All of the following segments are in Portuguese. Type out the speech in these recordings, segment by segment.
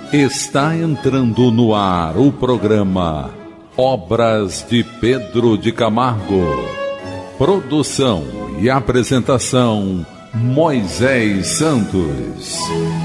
Está entrando no ar o programa Obras de Pedro de Camargo. Produção e apresentação Moisés Santos.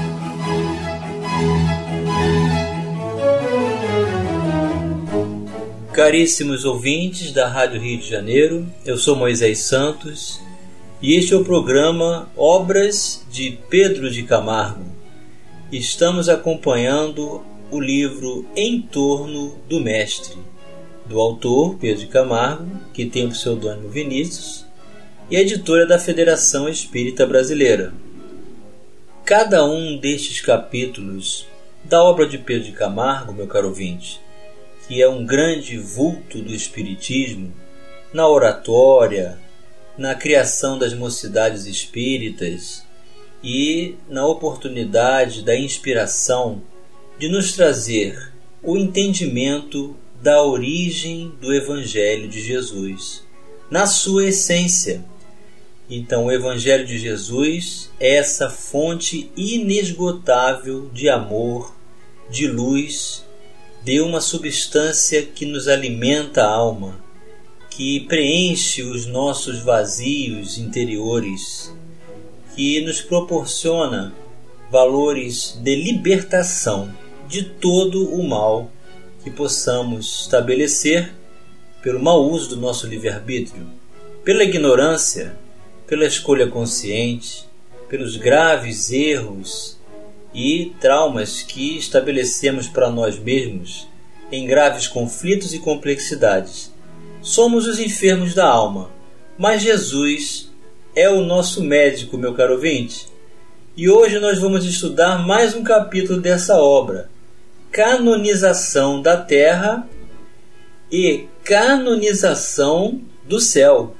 Caríssimos ouvintes da Rádio Rio de Janeiro, eu sou Moisés Santos e este é o programa Obras de Pedro de Camargo. Estamos acompanhando o livro Em Torno do Mestre, do autor Pedro de Camargo, que tem o pseudônimo Vinícius, e a editora da Federação Espírita Brasileira. Cada um destes capítulos da obra de Pedro de Camargo, meu caro ouvinte, que é um grande vulto do Espiritismo, na oratória, na criação das mocidades espíritas e na oportunidade da inspiração de nos trazer o entendimento da origem do Evangelho de Jesus, na sua essência. Então, o Evangelho de Jesus é essa fonte inesgotável de amor, de luz, de uma substância que nos alimenta a alma, que preenche os nossos vazios interiores, que nos proporciona valores de libertação de todo o mal que possamos estabelecer pelo mau uso do nosso livre-arbítrio, pela ignorância, pela escolha consciente, pelos graves erros e traumas que estabelecemos para nós mesmos em graves conflitos e complexidades. Somos os enfermos da alma, mas Jesus é o nosso médico, meu caro ouvinte. E hoje nós vamos estudar mais um capítulo dessa obra, Canonização da Terra e Canonização do Céu.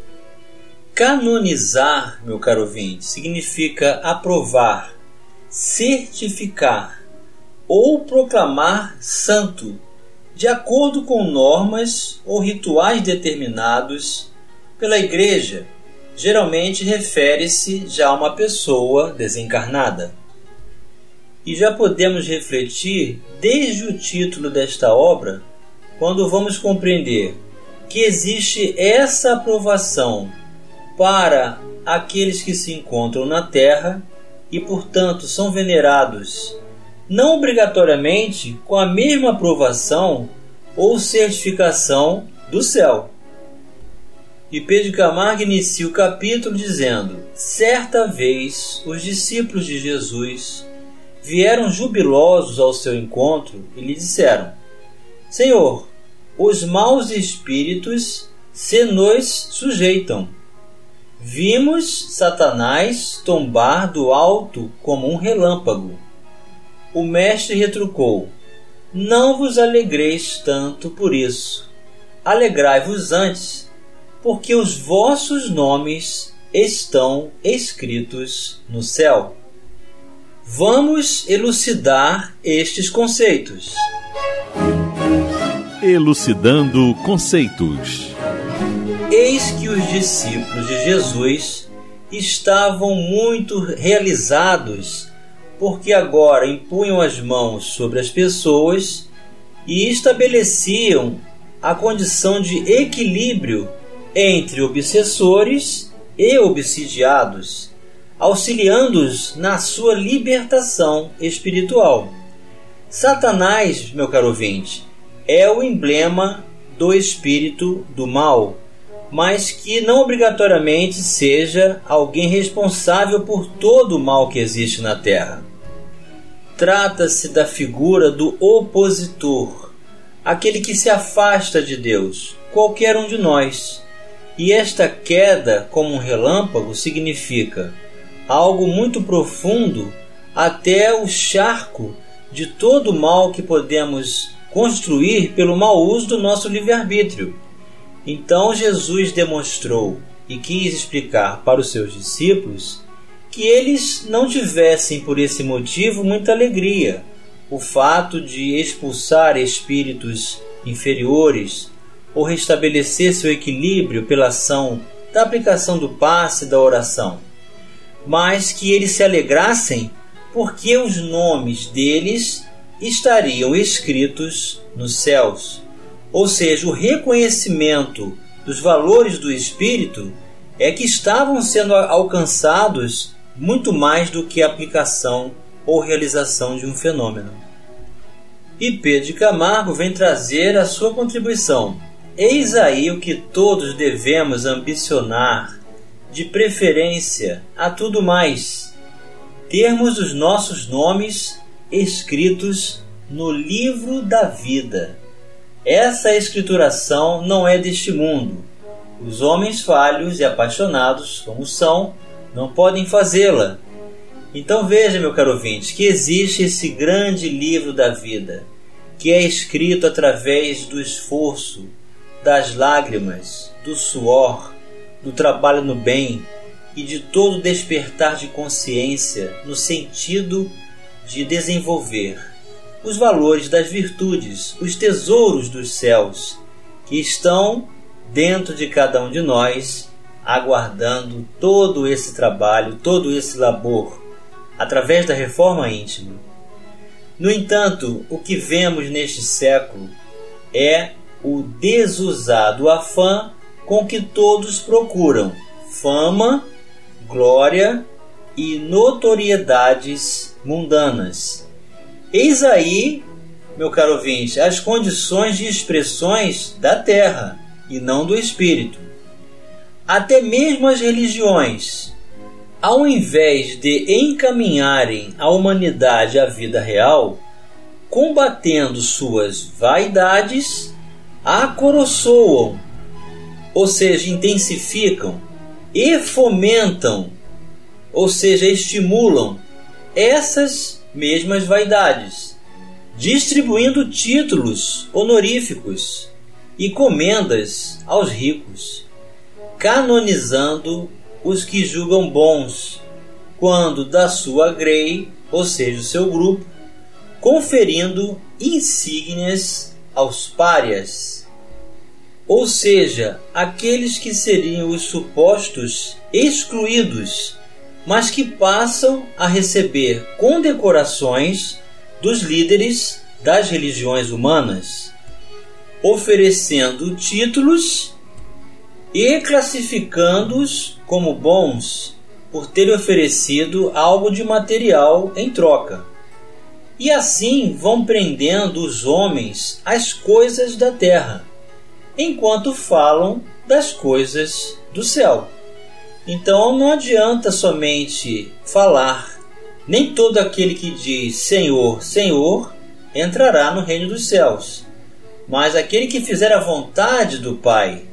Canonizar, meu caro ouvinte, significa aprovar, certificar ou proclamar santo, de acordo com normas ou rituais determinados pela Igreja. Geralmente refere-se já a uma pessoa desencarnada. E já podemos refletir desde o título desta obra, quando vamos compreender que existe essa aprovação para aqueles que se encontram na Terra e, portanto, são venerados, não obrigatoriamente com a mesma aprovação ou certificação do céu. E Pedro de Camargo inicia o capítulo dizendo: certa vez os discípulos de Jesus vieram jubilosos ao seu encontro e lhe disseram: Senhor, os maus espíritos se nos sujeitam. Vimos Satanás tombar do alto como um relâmpago. O mestre retrucou: não vos alegreis tanto por isso. Alegrai-vos antes, porque os vossos nomes estão escritos no céu. Vamos elucidar estes conceitos. Elucidando conceitos. Eis que os discípulos de Jesus estavam muito realizados, porque agora impunham as mãos sobre as pessoas e estabeleciam a condição de equilíbrio entre obsessores e obsidiados, auxiliando-os na sua libertação espiritual. Satanás, meu caro ouvinte, é o emblema do espírito do mal, mas que não obrigatoriamente seja alguém responsável por todo o mal que existe na Terra. Trata-se da figura do opositor, aquele que se afasta de Deus, qualquer um de nós. E esta queda como um relâmpago significa algo muito profundo, até o charco de todo o mal que podemos construir pelo mau uso do nosso livre-arbítrio. Então Jesus demonstrou e quis explicar para os seus discípulos que eles não tivessem por esse motivo muita alegria. O fato de expulsar espíritos inferiores ou restabelecer seu equilíbrio pela ação da aplicação do passe e da oração, mas que eles se alegrassem porque os nomes deles estariam escritos nos céus. Ou seja, o reconhecimento dos valores do Espírito é que estavam sendo alcançados muito mais do que a aplicação ou realização de um fenômeno. E Pedro de Camargo vem trazer a sua contribuição. Eis aí o que todos devemos ambicionar, de preferência a tudo mais: termos os nossos nomes escritos no livro da vida. Essa escrituração não é deste mundo. Os homens falhos e apaixonados, como são, não podem fazê-la. Então veja, meu caro ouvinte, que existe esse grande livro da vida, que é escrito através do esforço, das lágrimas, do suor, do trabalho no bem e de todo despertar de consciência no sentido de desenvolver os valores das virtudes, os tesouros dos céus, que estão dentro de cada um de nós, aguardando todo esse trabalho, todo esse labor, através da reforma íntima. No entanto, o que vemos neste século é o desusado afã com que todos procuram fama, glória e notoriedades mundanas. Eis aí, meu caro ouvinte, as condições de expressões da terra e não do espírito. Até mesmo as religiões, ao invés de encaminharem a humanidade à vida real, combatendo suas vaidades, a acoroçoam, ou seja, intensificam, e fomentam, ou seja, estimulam essas mesmas vaidades, distribuindo títulos honoríficos e comendas aos ricos, canonizando os que julgam bons, quando da sua grei, ou seja, o seu grupo, conferindo insígnias aos párias, ou seja, aqueles que seriam os supostos excluídos, mas que passam a receber condecorações dos líderes das religiões humanas, oferecendo títulos e classificando-os como bons por terem oferecido algo de material em troca. E assim vão prendendo os homens às coisas da terra, enquanto falam das coisas do céu. Então não adianta somente falar. Nem todo aquele que diz Senhor, Senhor, entrará no reino dos céus. Mas aquele que fizer a vontade do Pai,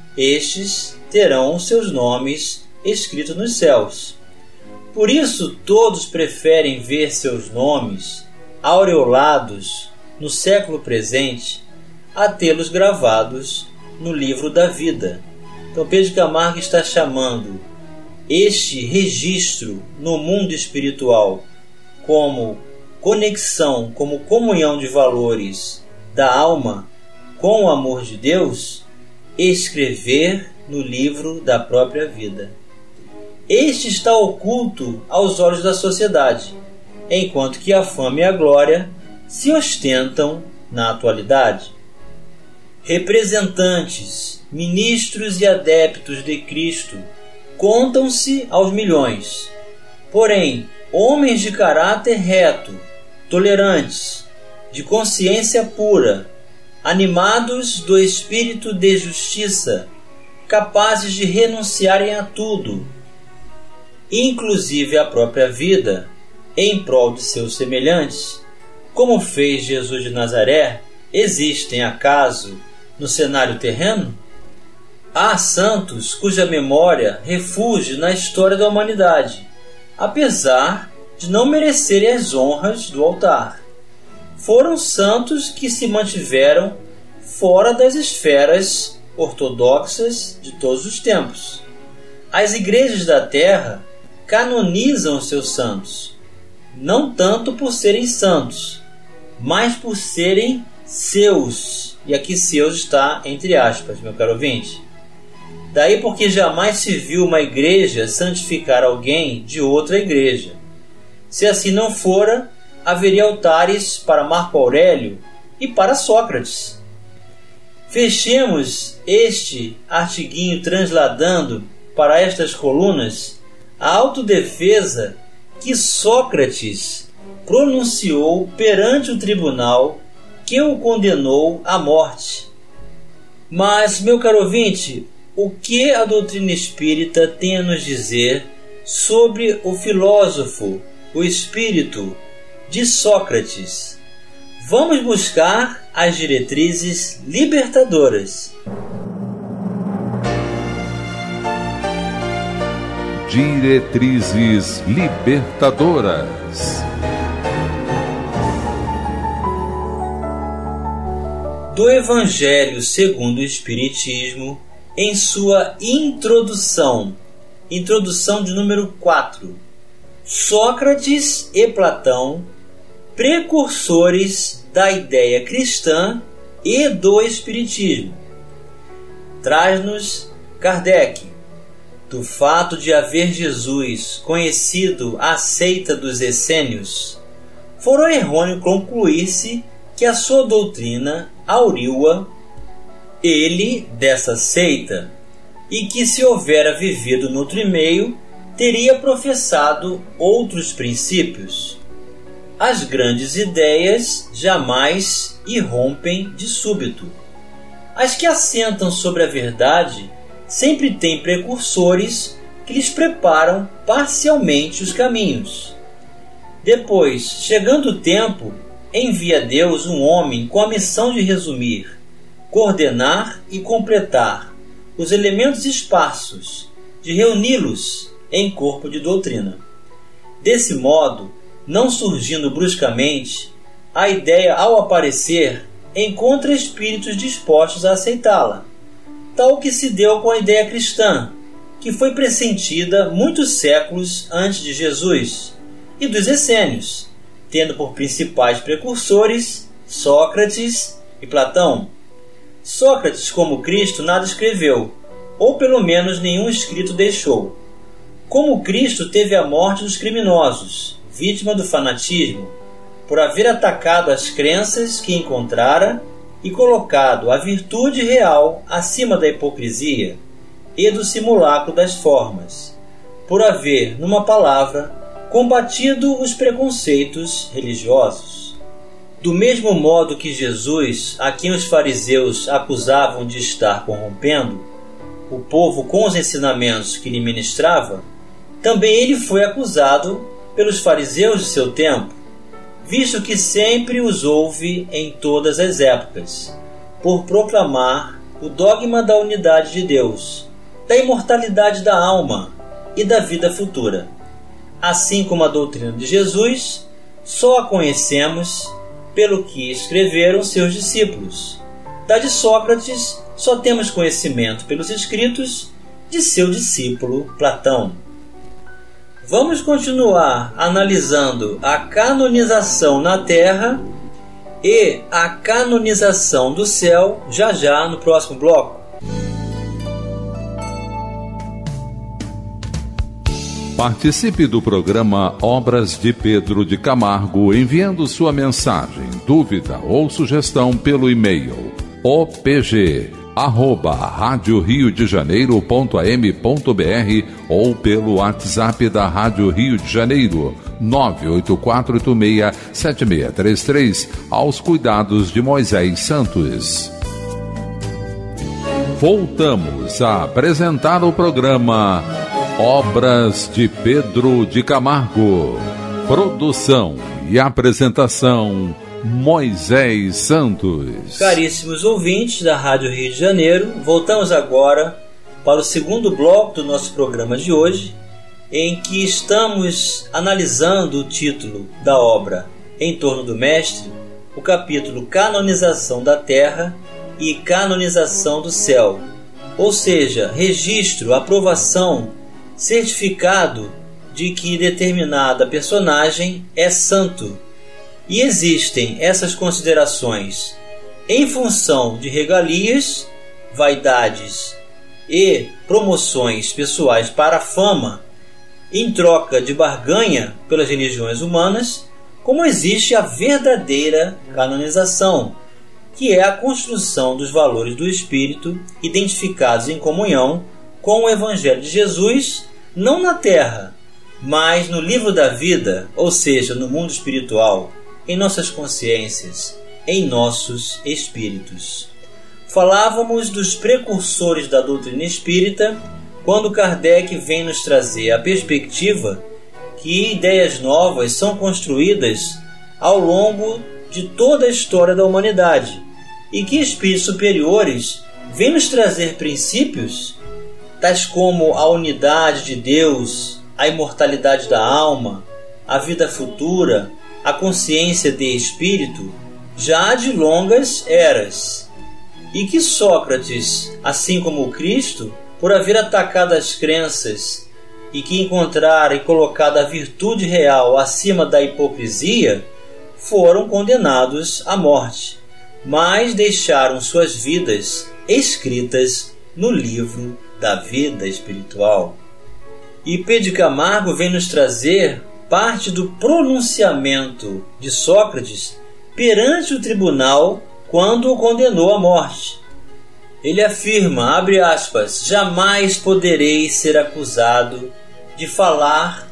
estes terão os seus nomes escritos nos céus. Por isso todos preferem ver seus nomes aureolados no século presente a tê-los gravados no livro da vida. Então Pedro de Camargo está chamando este registro no mundo espiritual como conexão, como comunhão de valores da alma com o amor de Deus, escrever no livro da própria vida. Este está oculto aos olhos da sociedade, enquanto que a fama e a glória se ostentam na atualidade. Representantes, ministros e adeptos de Cristo contam-se aos milhões. Porém, homens de caráter reto, tolerantes, de consciência pura, animados do espírito de justiça, capazes de renunciarem a tudo, inclusive a própria vida, em prol de seus semelhantes, como fez Jesus de Nazaré, existem acaso no cenário terreno? Há santos cuja memória refugie na história da humanidade, apesar de não merecerem as honras do altar. Foram santos que se mantiveram fora das esferas ortodoxas de todos os tempos. As igrejas da terra canonizam os seus santos, não tanto por serem santos, mas por serem seus. E aqui seus está entre aspas, meu caro ouvinte. Daí porque jamais se viu uma igreja santificar alguém de outra igreja. Se assim não fora, haveria altares para Marco Aurélio e para Sócrates. Fechemos este artiguinho transladando para estas colunas a autodefesa que Sócrates pronunciou perante o tribunal que o condenou à morte. Mas, meu caro ouvinte, o que a doutrina espírita tem a nos dizer sobre o filósofo, o espírito de Sócrates? Vamos buscar as diretrizes libertadoras. Diretrizes libertadoras. Do Evangelho segundo o Espiritismo, em sua introdução de número 4, Sócrates e Platão, precursores da ideia cristã e do Espiritismo. Traz-nos Kardec: do fato de haver Jesus conhecido a seita dos essênios, fora errôneo concluir-se que a sua doutrina auriu-a ele dessa seita, e que se houvera vivido noutro meio, teria professado outros princípios. As grandes ideias jamais irrompem de súbito. As que assentam sobre a verdade sempre têm precursores que lhes preparam parcialmente os caminhos. Depois, chegando o tempo, envia Deus um homem com a missão de resumir, coordenar e completar os elementos esparsos, de reuni-los em corpo de doutrina. Desse modo, não surgindo bruscamente, a ideia, ao aparecer, encontra espíritos dispostos a aceitá-la, tal que se deu com a ideia cristã, que foi pressentida muitos séculos antes de Jesus e dos essênios, tendo por principais precursores Sócrates e Platão. Sócrates, como Cristo, nada escreveu, ou pelo menos nenhum escrito deixou. Como Cristo, teve a morte dos criminosos, vítima do fanatismo, por haver atacado as crenças que encontrara e colocado a virtude real acima da hipocrisia e do simulacro das formas, por haver, numa palavra, combatido os preconceitos religiosos. Do mesmo modo que Jesus, a quem os fariseus acusavam de estar corrompendo o povo com os ensinamentos que lhe ministrava, também ele foi acusado pelos fariseus de seu tempo, visto que sempre os houve em todas as épocas, por proclamar o dogma da unidade de Deus, da imortalidade da alma e da vida futura. Assim como a doutrina de Jesus, só a conhecemos pelo que escreveram seus discípulos. Da de Sócrates, só temos conhecimento pelos escritos de seu discípulo Platão. Vamos continuar analisando a canonização na Terra e a canonização do céu já no próximo bloco. Participe do programa Obras de Pedro de Camargo enviando sua mensagem, dúvida ou sugestão pelo e-mail opg@radioriodejaneiro.am.br ou pelo WhatsApp da Rádio Rio de Janeiro 984867633 aos cuidados de Moisés Santos. Voltamos a apresentar o programa Obras de Pedro de Camargo. Produção e apresentação Moisés Santos. Caríssimos ouvintes da Rádio Rio de Janeiro, voltamos agora para o segundo bloco do nosso programa de hoje, em que estamos analisando o título da obra Em Torno do Mestre, o capítulo Canonização da Terra e Canonização do Céu, ou seja, registro, aprovação, certificado de que determinada personagem é santo. E existem essas considerações em função de regalias, vaidades e promoções pessoais para a fama, em troca de barganha pelas religiões humanas, como existe a verdadeira canonização, que é a construção dos valores do Espírito identificados em comunhão com o Evangelho de Jesus, não na terra, mas no livro da vida, ou seja, no mundo espiritual, em nossas consciências, em nossos espíritos. Falávamos dos precursores da doutrina espírita, quando Kardec vem nos trazer a perspectiva que ideias novas são construídas ao longo de toda a história da humanidade e que espíritos superiores vêm nos trazer princípios tais como a unidade de Deus, a imortalidade da alma, a vida futura, a consciência de espírito, já de longas eras. E que Sócrates, assim como o Cristo, por haver atacado as crenças e que encontrara e colocado a virtude real acima da hipocrisia, foram condenados à morte, mas deixaram suas vidas escritas no livro da vida espiritual. E Pedro de Camargo vem nos trazer parte do pronunciamento de Sócrates perante o tribunal quando o condenou à morte. Ele afirma, abre aspas, jamais poderei ser acusado de falar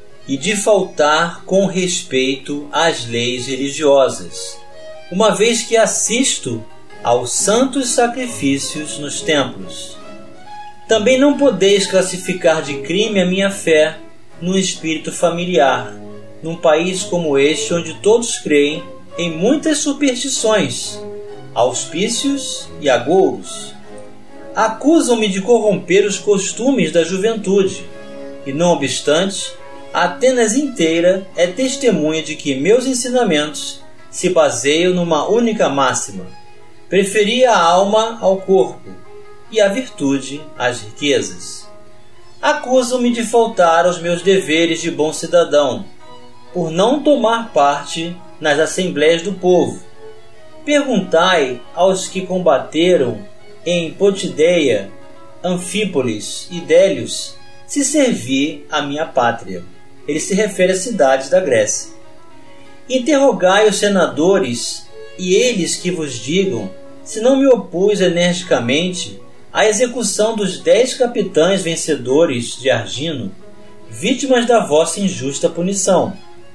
e de faltar com respeito às leis religiosas, uma vez que assisto aos santos sacrifícios nos templos. Também não podeis classificar de crime a minha fé no espírito familiar, num país como este onde todos creem em muitas superstições, auspícios e agouros. Acusam-me de corromper os costumes da juventude, e não obstante, a Atenas inteira é testemunha de que meus ensinamentos se baseiam numa única máxima: preferir a alma ao corpo e a virtude às riquezas. Acusam-me de faltar aos meus deveres de bom cidadão, por não tomar parte nas assembleias do povo. Perguntai aos que combateram em Potideia, Anfípolis e Délios se servi a minha pátria. Ele se refere às cidades da Grécia. Interrogai os senadores, e eles que vos digam se não me opus energicamente à execução dos 10 capitães vencedores de Argino, vítimas da vossa injusta punição.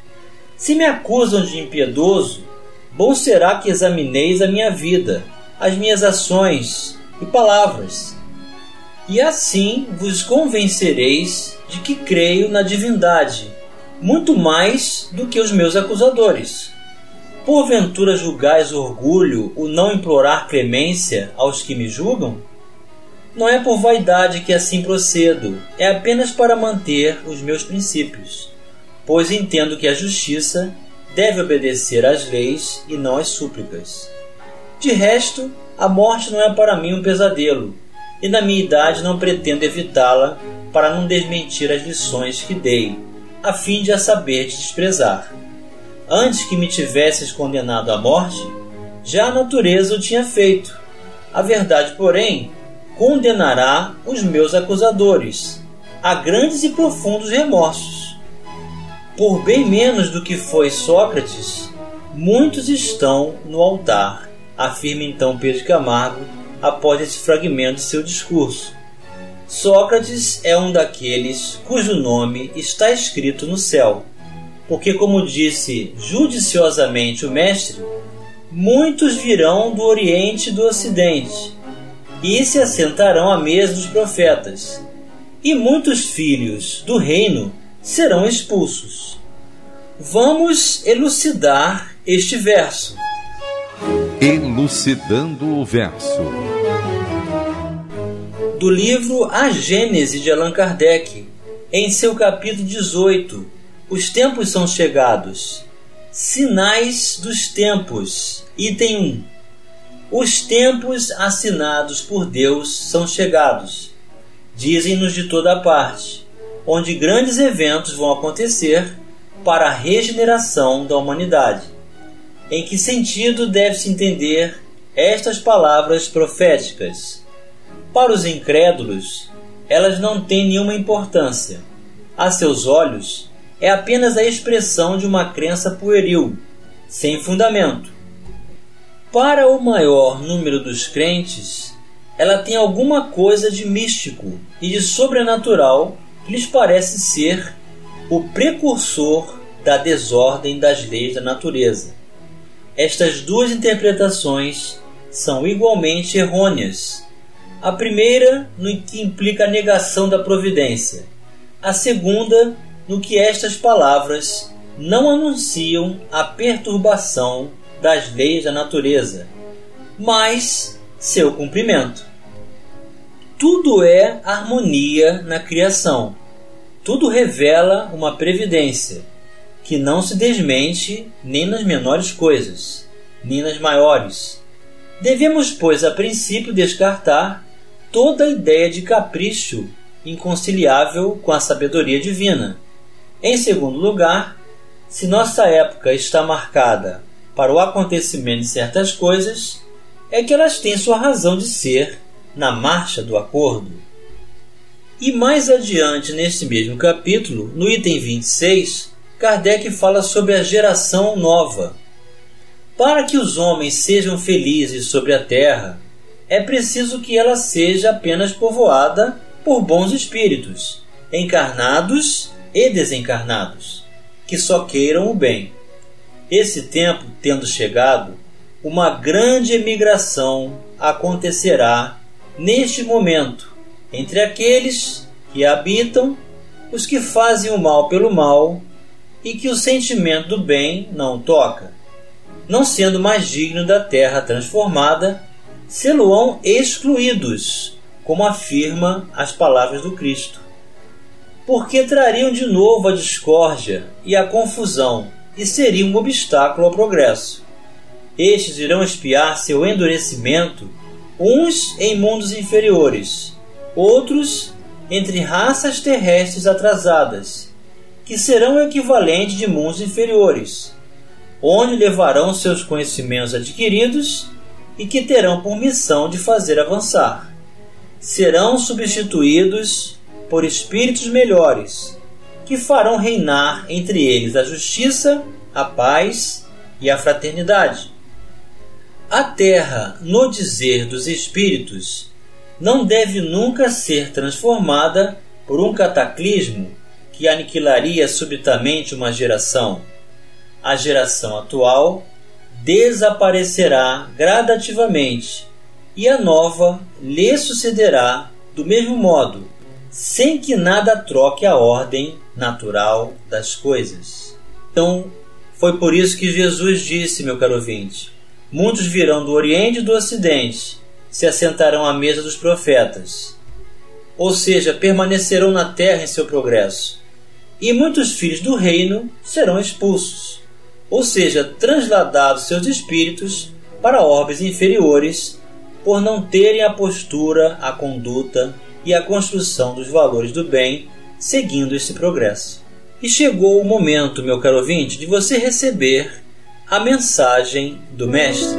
Se me acusam de impiedoso, bom será que examineis a minha vida, as minhas ações e palavras, e assim vos convencereis de que creio na divindade, muito mais do que os meus acusadores. Porventura julgais orgulho o não implorar clemência aos que me julgam? Não é por vaidade que assim procedo, é apenas para manter os meus princípios, pois entendo que a justiça deve obedecer às leis e não às súplicas. De resto, a morte não é para mim um pesadelo, e na minha idade não pretendo evitá-la para não desmentir as lições que dei, a fim de a saber desprezar. Antes que me tivesses condenado à morte, já a natureza o tinha feito. A verdade, porém, condenará os meus acusadores a grandes e profundos remorsos. Por bem menos do que foi Sócrates, muitos estão no altar, afirma então Pedro de Camargo após esse fragmento de seu discurso. Sócrates é um daqueles cujo nome está escrito no céu, porque, como disse judiciosamente o mestre, muitos virão do Oriente e do Ocidente, e se assentarão à mesa dos profetas, e muitos filhos do reino serão expulsos. Vamos elucidar este verso. Elucidando o verso. Do livro A Gênese de Allan Kardec, em seu capítulo 18, Os tempos são chegados. Sinais dos tempos. Item 1. Os tempos assinados por Deus são chegados. Dizem-nos de toda parte, onde grandes eventos vão acontecer para a regeneração da humanidade. Em que sentido deve-se entender estas palavras proféticas? Para os incrédulos, elas não têm nenhuma importância. A seus olhos, é apenas a expressão de uma crença pueril, sem fundamento. Para o maior número dos crentes, ela tem alguma coisa de místico e de sobrenatural que lhes parece ser o precursor da desordem das leis da natureza. Estas duas interpretações são igualmente errôneas. A primeira, no que implica a negação da providência. A segunda, no que estas palavras não anunciam a perturbação das leis da natureza, mas seu cumprimento. Tudo é harmonia na criação. Tudo revela uma previdência, que não se desmente nem nas menores coisas, nem nas maiores. Devemos, pois, a princípio descartar toda ideia de capricho inconciliável com a sabedoria divina. Em segundo lugar, se nossa época está marcada para o acontecimento de certas coisas, é que elas têm sua razão de ser na marcha do acordo. E mais adiante neste mesmo capítulo, no item 26, Kardec fala sobre a geração nova. Para que os homens sejam felizes sobre a terra, é preciso que ela seja apenas povoada por bons espíritos, encarnados e desencarnados, que só queiram o bem. Esse tempo tendo chegado, uma grande emigração acontecerá neste momento entre aqueles que habitam, os que fazem o mal pelo mal e que o sentimento do bem não toca. Não sendo mais digno da terra transformada, sê-lo-ão excluídos, como afirma as palavras do Cristo. Porque trariam de novo a discórdia e a confusão e seriam um obstáculo ao progresso. Estes irão expiar seu endurecimento, uns em mundos inferiores, outros entre raças terrestres atrasadas, que serão o equivalente de mundos inferiores, onde levarão seus conhecimentos adquiridos e que terão por missão de fazer avançar. Serão substituídos por espíritos melhores, que farão reinar entre eles a justiça, a paz e a fraternidade. A terra, no dizer dos espíritos, não deve nunca ser transformada por um cataclismo que aniquilaria subitamente uma geração. A geração atual desaparecerá gradativamente e a nova lhe sucederá do mesmo modo, sem que nada troque a ordem natural das coisas. Então, foi por isso que Jesus disse, meu caro ouvinte, muitos virão do Oriente e do Ocidente, se assentarão à mesa dos profetas, ou seja, permanecerão na terra em seu progresso, e muitos filhos do reino serão expulsos, ou seja, transladados seus espíritos para orbes inferiores, por não terem a postura, a conduta e a construção dos valores do bem, seguindo esse progresso. E chegou o momento, meu caro ouvinte, de você receber a mensagem do Mestre.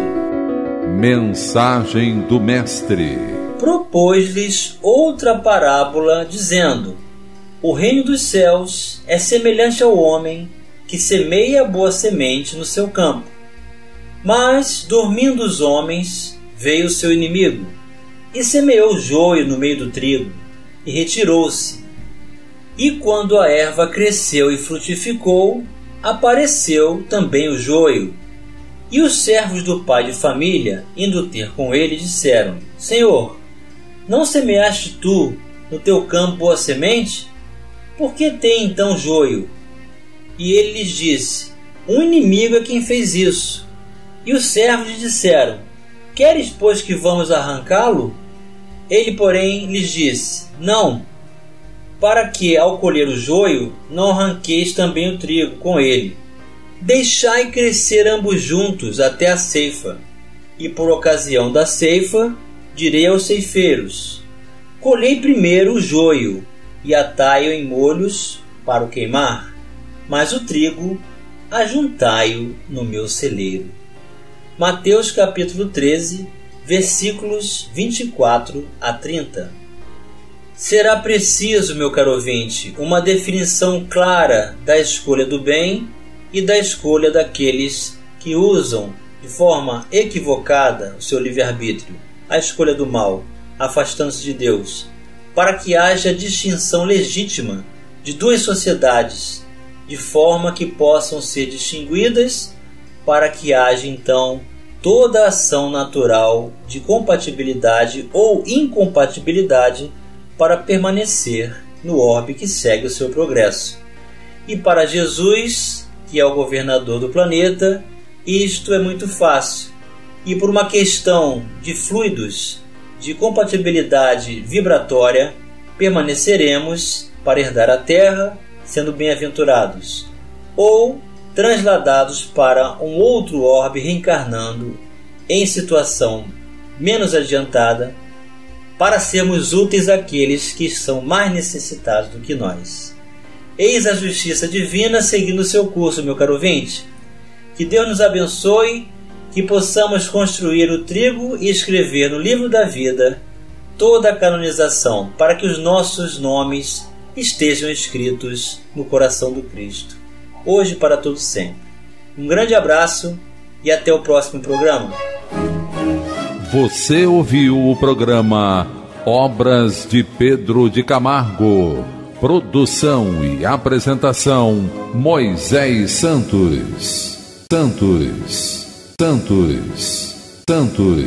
Mensagem do Mestre. Propôs-lhes outra parábola, dizendo: o reino dos céus é semelhante ao homem que semeia a boa semente no seu campo. Mas, dormindo os homens, veio o seu inimigo, e semeou joio no meio do trigo, e retirou-se. E quando a erva cresceu e frutificou, apareceu também o joio. E os servos do pai de família, indo ter com ele, disseram: Senhor, não semeaste tu no teu campo boa semente? Por que tem então joio? E ele lhes disse: um inimigo é quem fez isso. E os servos lhe disseram: queres, pois, que vamos arrancá-lo? Ele, porém, lhes disse: não, para que, ao colher o joio, não arranqueis também o trigo com ele. Deixai crescer ambos juntos até a ceifa. E por ocasião da ceifa, direi aos ceifeiros: colhei primeiro o joio, e atai-o em molhos para o queimar, mas o trigo ajuntai-o no meu celeiro. Mateus capítulo 13, versículos 24 a 30. Será preciso, meu caro ouvinte, uma definição clara da escolha do bem e da escolha daqueles que usam de forma equivocada o seu livre-arbítrio, a escolha do mal, afastando-se de Deus, para que haja distinção legítima de duas sociedades, de forma que possam ser distinguidas, para que haja então toda a ação natural de compatibilidade ou incompatibilidade para permanecer no orbe que segue o seu progresso. E para Jesus, que é o governador do planeta, isto é muito fácil. E por uma questão de fluidos, de compatibilidade vibratória, permaneceremos para herdar a terra, sendo bem-aventurados, ou transladados para um outro orbe, reencarnando em situação menos adiantada, para sermos úteis àqueles que são mais necessitados do que nós. Eis a justiça divina seguindo seu curso, meu caro ouvinte. Que Deus nos abençoe, que possamos construir o trigo e escrever no livro da vida toda a canonização, para que os nossos nomes estejam escritos no coração do Cristo, hoje e para todo sempre. Um grande abraço e até o próximo programa. Você ouviu o programa Obras de Pedro de Camargo. Produção e apresentação Moisés Santos.